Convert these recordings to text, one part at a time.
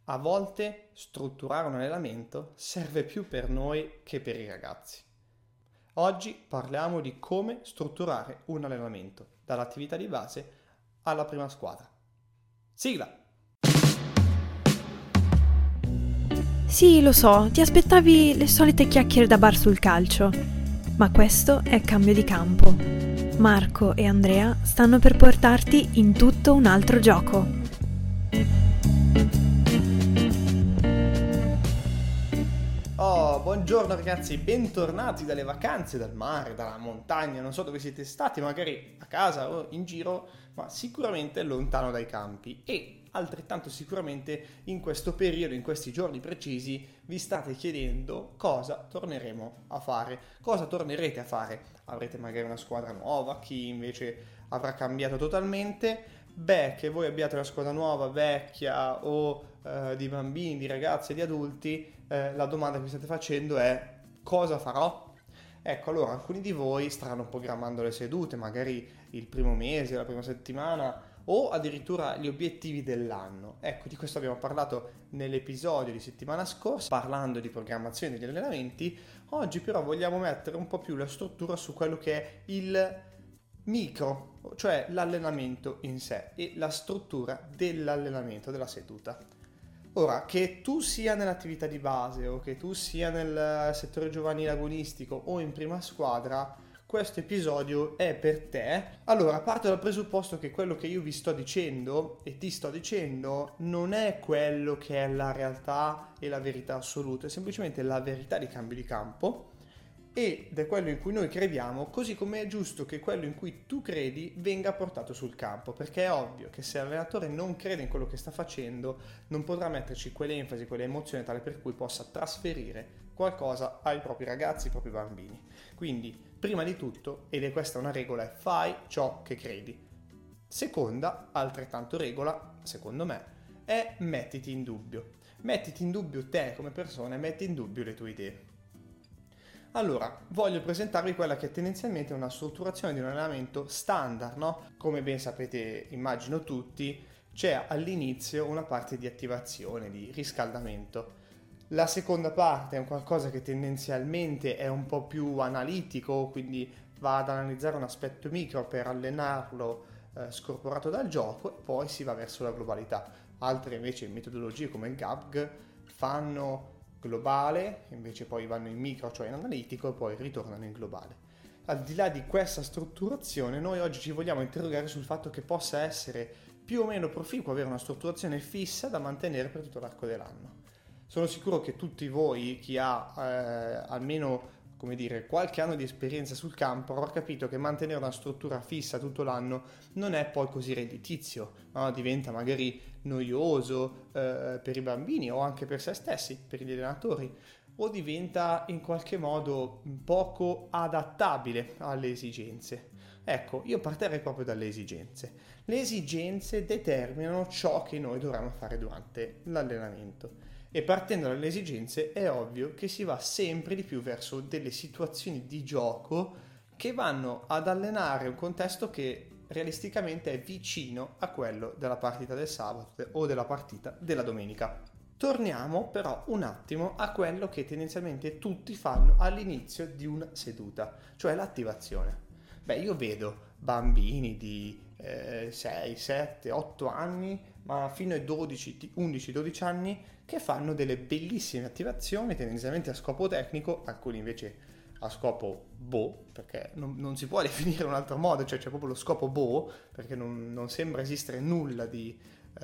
A volte strutturare un allenamento serve più per noi che per i ragazzi. Oggi parliamo di come strutturare un allenamento, dall'attività di base alla prima squadra. Sigla! Sì, lo so, ti aspettavi le solite chiacchiere da bar sul calcio, ma questo è cambio di campo. Marco e Andrea stanno per portarti in tutto un altro gioco. Oh, buongiorno ragazzi, bentornati dalle vacanze, dal mare, dalla montagna, non so dove siete stati, magari a casa o in giro, ma sicuramente lontano dai campi e altrettanto sicuramente in questo periodo, in questi giorni precisi, vi state chiedendo cosa torneremo a fare, cosa tornerete a fare. Avrete magari una squadra nuova, chi invece avrà cambiato totalmente. Beh, che voi abbiate una squadra nuova, vecchia o di bambini, di ragazzi e di adulti, la domanda che vi state facendo è: cosa farò? Ecco, allora alcuni di voi staranno programmando le sedute, magari il primo mese, la prima settimana o addirittura gli obiettivi dell'anno. Ecco, di questo abbiamo parlato nell'episodio di settimana scorsa, parlando di programmazione degli allenamenti. Oggi però vogliamo mettere un po' più la struttura su quello che è il micro, cioè l'allenamento in sé e la struttura dell'allenamento, della seduta. Ora, che tu sia nell'attività di base o che tu sia nel settore giovanile agonistico o in prima squadra, questo episodio è per te. Allora, parto dal presupposto che quello che io vi sto dicendo e ti sto dicendo non è quello che è la realtà e la verità assoluta, è semplicemente la verità di cambio di campo ed è quello in cui noi crediamo, così come è giusto che quello in cui tu credi venga portato sul campo, perché è ovvio che se l'allenatore non crede in quello che sta facendo non potrà metterci quell'enfasi, quell'emozione tale per cui possa trasferire qualcosa ai propri ragazzi, ai propri bambini. Quindi, prima di tutto, ed è questa una regola, è fai ciò che credi. Seconda, altrettanto regola, secondo me, è mettiti in dubbio. Mettiti in dubbio te come persona e metti in dubbio le tue idee. Allora, voglio presentarvi quella che è tendenzialmente una strutturazione di un allenamento standard, no? Come ben sapete, immagino tutti, c'è all'inizio una parte di attivazione, di riscaldamento. La seconda parte è un qualcosa che tendenzialmente è un po' più analitico, quindi va ad analizzare un aspetto micro per allenarlo scorporato dal gioco e poi si va verso la globalità. Altre invece metodologie come il GAPG fanno globale, invece poi vanno in micro, cioè in analitico, e poi ritornano in globale. Al di là di questa strutturazione, noi oggi ci vogliamo interrogare sul fatto che possa essere più o meno proficuo avere una strutturazione fissa da mantenere per tutto l'arco dell'anno. Sono sicuro che tutti voi, chi ha almeno come dire, qualche anno di esperienza sul campo, avrà capito che mantenere una struttura fissa tutto l'anno non è poi così redditizio, no? Diventa magari noioso per i bambini o anche per se stessi, per gli allenatori, o diventa in qualche modo poco adattabile alle esigenze. Ecco, io partirei proprio dalle esigenze. Le esigenze determinano ciò che noi dovremo fare durante l'allenamento. E partendo dalle esigenze è ovvio che si va sempre di più verso delle situazioni di gioco che vanno ad allenare un contesto che realisticamente è vicino a quello della partita del sabato o della partita della domenica. Torniamo però un attimo a quello che tendenzialmente tutti fanno all'inizio di una seduta, cioè l'attivazione. Beh, io vedo bambini di 6, 7, 8 anni, ma fino ai 12, 11, 12 anni che fanno delle bellissime attivazioni, tendenzialmente a scopo tecnico, alcuni invece a scopo perché non si può definire in un altro modo, cioè c'è proprio lo scopo perché non sembra esistere nulla di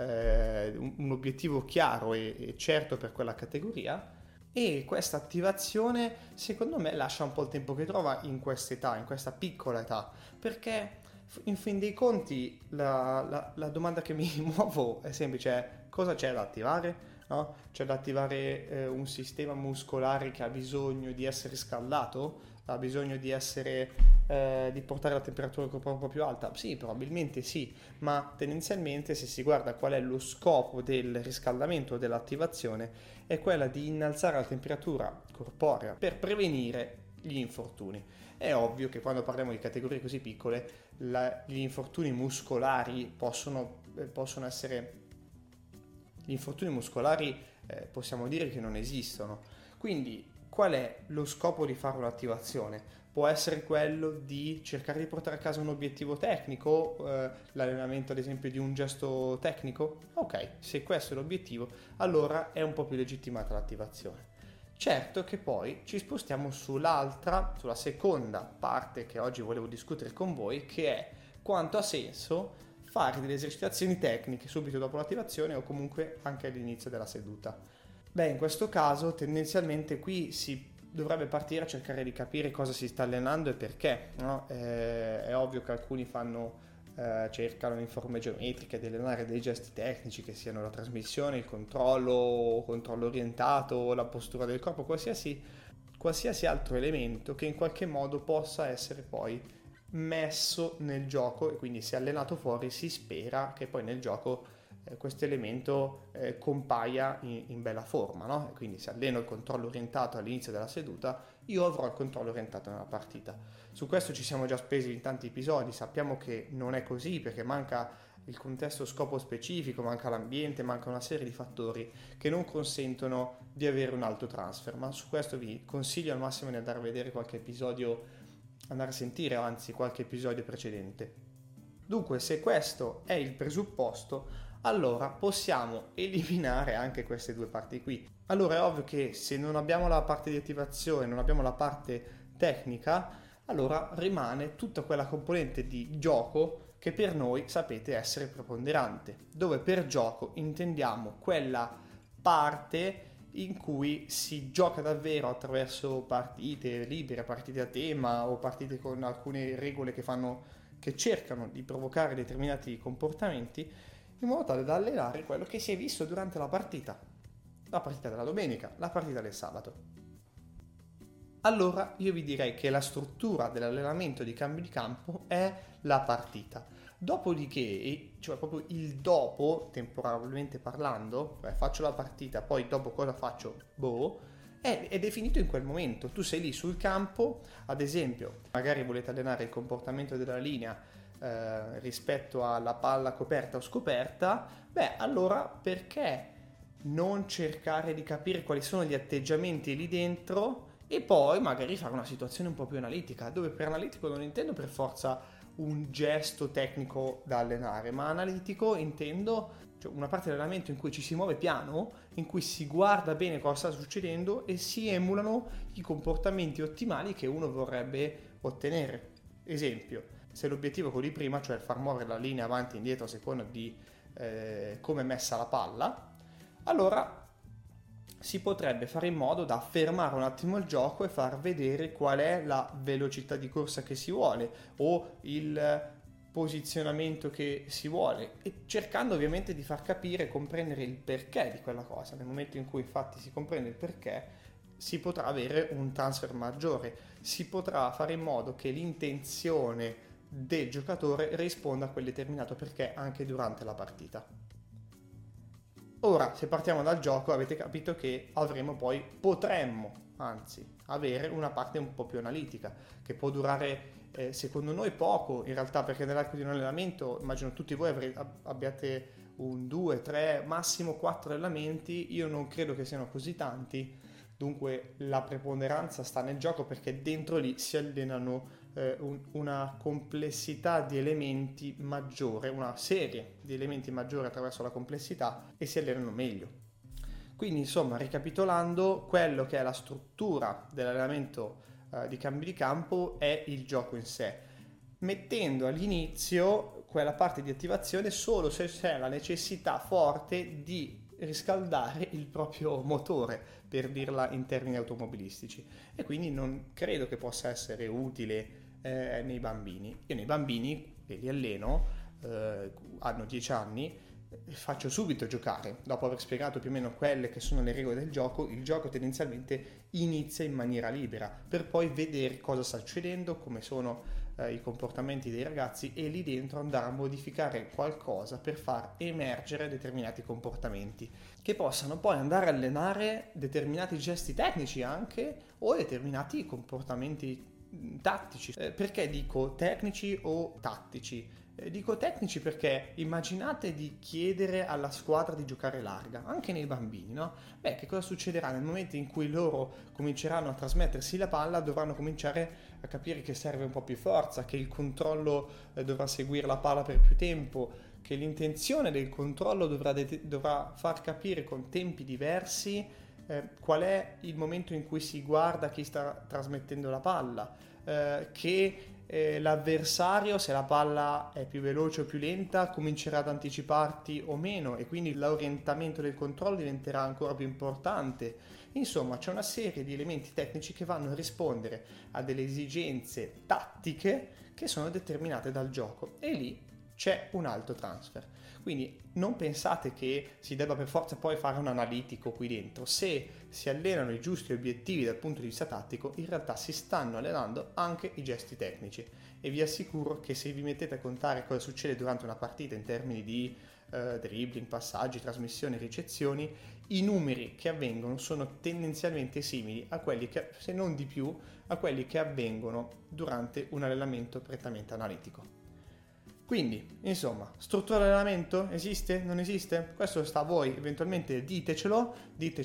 un obiettivo chiaro e certo per quella categoria. E questa attivazione secondo me lascia un po' il tempo che trova in questa età, in questa piccola età, perché in fin dei conti la domanda che mi muovo è semplice, è cosa c'è da attivare? No? C'è da attivare un sistema muscolare che ha bisogno di essere scaldato? Ha bisogno di di portare la temperatura del corpo un po' più alta? Sì, probabilmente sì, ma tendenzialmente se si guarda qual è lo scopo del riscaldamento o dell'attivazione è quella di innalzare la temperatura corporea per prevenire gli infortuni. È ovvio che quando parliamo di categorie così piccole gli infortuni muscolari possono essere Gli infortuni muscolari possiamo dire che non esistono. Quindi qual è lo scopo di fare un'attivazione? Può essere quello di cercare di portare a casa un obiettivo tecnico, l'allenamento ad esempio di un gesto tecnico? Ok, se questo è l'obiettivo, allora è un po' più legittimata l'attivazione. Certo che poi ci spostiamo sulla seconda parte che oggi volevo discutere con voi, che è quanto ha senso fare delle esercitazioni tecniche subito dopo l'attivazione o comunque anche all'inizio della seduta. Beh, in questo caso tendenzialmente qui si dovrebbe partire a cercare di capire cosa si sta allenando e perché, no? È ovvio che alcuni cercano in forme geometriche di allenare dei gesti tecnici che siano la trasmissione, il controllo orientato, la postura del corpo, qualsiasi altro elemento che in qualche modo possa essere poi messo nel gioco, e quindi se allenato fuori si spera che poi nel gioco questo elemento compaia in bella forma, no? Quindi se alleno il controllo orientato all'inizio della seduta, io avrò il controllo orientato nella partita. Su questo ci siamo già spesi in tanti episodi, sappiamo che non è così perché manca il contesto scopo specifico, manca l'ambiente, manca una serie di fattori che non consentono di avere un alto transfer, ma su questo vi consiglio al massimo di andare a vedere qualche episodio, andare a sentire anzi qualche episodio precedente. Dunque, se questo è il presupposto, allora possiamo eliminare anche queste due parti qui. Allora è ovvio che se non abbiamo la parte di attivazione, non abbiamo la parte tecnica, allora rimane tutta quella componente di gioco che per noi sapete essere preponderante, dove per gioco intendiamo quella parte in cui si gioca davvero attraverso partite libere, partite a tema o partite con alcune regole che cercano di provocare determinati comportamenti in modo tale da allenare quello che si è visto durante la partita della domenica, la partita del sabato. Allora io vi direi che la struttura dell'allenamento di cambio di campo è la partita. Dopodiché, cioè proprio il dopo, temporalmente parlando, faccio la partita, poi dopo cosa faccio? È definito in quel momento. Tu sei lì sul campo, ad esempio, magari volete allenare il comportamento della linea rispetto alla palla coperta o scoperta, allora perché non cercare di capire quali sono gli atteggiamenti lì dentro e poi magari fare una situazione un po' più analitica, dove per analitico non intendo per forza un gesto tecnico da allenare, ma analitico intendo una parte dell'allenamento in cui ci si muove piano, in cui si guarda bene cosa sta succedendo e si emulano i comportamenti ottimali che uno vorrebbe ottenere. Esempio, se l'obiettivo è quello di prima, cioè far muovere la linea avanti e indietro a seconda di come è messa la palla, allora si potrebbe fare in modo da fermare un attimo il gioco e far vedere qual è la velocità di corsa che si vuole o il posizionamento che si vuole, e cercando ovviamente di far capire e comprendere il perché di quella cosa. Nel momento in cui infatti si comprende il perché, si potrà avere un transfer maggiore, si potrà fare in modo che l'intenzione del giocatore risponda a quel determinato perché anche durante la partita. Ora, se partiamo dal gioco, avete capito che potremmo avere una parte un po' più analitica, che può durare secondo noi poco, in realtà, perché nell'arco di un allenamento, immagino tutti voi abbiate 1, 2, 3, massimo 4 allenamenti, io non credo che siano così tanti, dunque la preponderanza sta nel gioco perché dentro lì si allenano una complessità di elementi maggiore, una serie di elementi maggiore attraverso la complessità, e si allenano meglio. Quindi insomma, ricapitolando, quello che è la struttura dell'allenamento di cambio di campo è il gioco in sé, mettendo all'inizio quella parte di attivazione solo se c'è la necessità forte di riscaldare il proprio motore, per dirla in termini automobilistici, e quindi non credo che possa essere utile nei bambini. Io nei bambini che li alleno hanno 10 anni, faccio subito giocare, dopo aver spiegato più o meno quelle che sono le regole del gioco. Il gioco tendenzialmente inizia in maniera libera per poi vedere cosa sta succedendo, come sono i comportamenti dei ragazzi, e lì dentro andare a modificare qualcosa per far emergere determinati comportamenti che possano poi andare a allenare determinati gesti tecnici anche, o determinati comportamenti tattici. Perché dico tecnici o tattici? Dico tecnici perché immaginate di chiedere alla squadra di giocare larga, anche nei bambini, no? Beh, che cosa succederà nel momento in cui loro cominceranno a trasmettersi la palla? Dovranno cominciare a capire che serve un po' più forza, che il controllo dovrà seguire la palla per più tempo, che l'intenzione del controllo dovrà far capire con tempi diversi qual è il momento in cui si guarda chi sta trasmettendo la palla, che l'avversario, se la palla è più veloce o più lenta, comincerà ad anticiparti o meno, e quindi l'orientamento del controllo diventerà ancora più importante. Insomma, c'è una serie di elementi tecnici che vanno a rispondere a delle esigenze tattiche che sono determinate dal gioco, e lì c'è un alto transfer. Quindi non pensate che si debba per forza poi fare un analitico qui dentro. Se si allenano i giusti obiettivi dal punto di vista tattico, in realtà si stanno allenando anche i gesti tecnici, e vi assicuro che se vi mettete a contare cosa succede durante una partita in termini di dribbling, passaggi, trasmissioni, ricezioni, i numeri che avvengono sono tendenzialmente simili a quelli che, se non di più, a quelli che avvengono durante un allenamento prettamente analitico. Quindi, insomma, struttura di allenamento esiste? Non esiste? Questo sta a voi, eventualmente ditecelo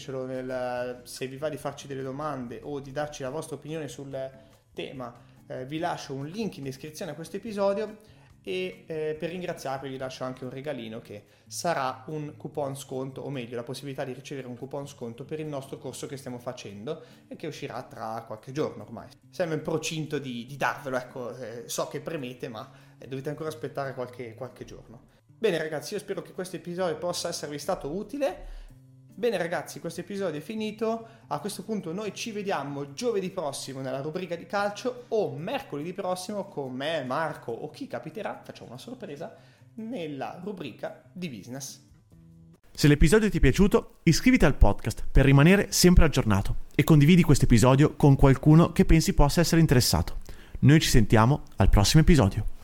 se vi va di farci delle domande o di darci la vostra opinione sul tema. Vi lascio un link in descrizione a questo episodio, e per ringraziarvi vi lascio anche un regalino che sarà un coupon sconto, o meglio la possibilità di ricevere un coupon sconto per il nostro corso che stiamo facendo e che uscirà tra qualche giorno ormai. Siamo in procinto di darvelo, ecco, so che premete, ma dovete ancora aspettare qualche giorno. Bene ragazzi, io spero che questo episodio possa esservi stato utile. Bene ragazzi, questo episodio è finito. A questo punto noi ci vediamo giovedì prossimo nella rubrica di calcio, o mercoledì prossimo con me, Marco o chi capiterà, facciamo una sorpresa, nella rubrica di business. Se l'episodio ti è piaciuto, iscriviti al podcast per rimanere sempre aggiornato e condividi questo episodio con qualcuno che pensi possa essere interessato. Noi ci sentiamo al prossimo episodio.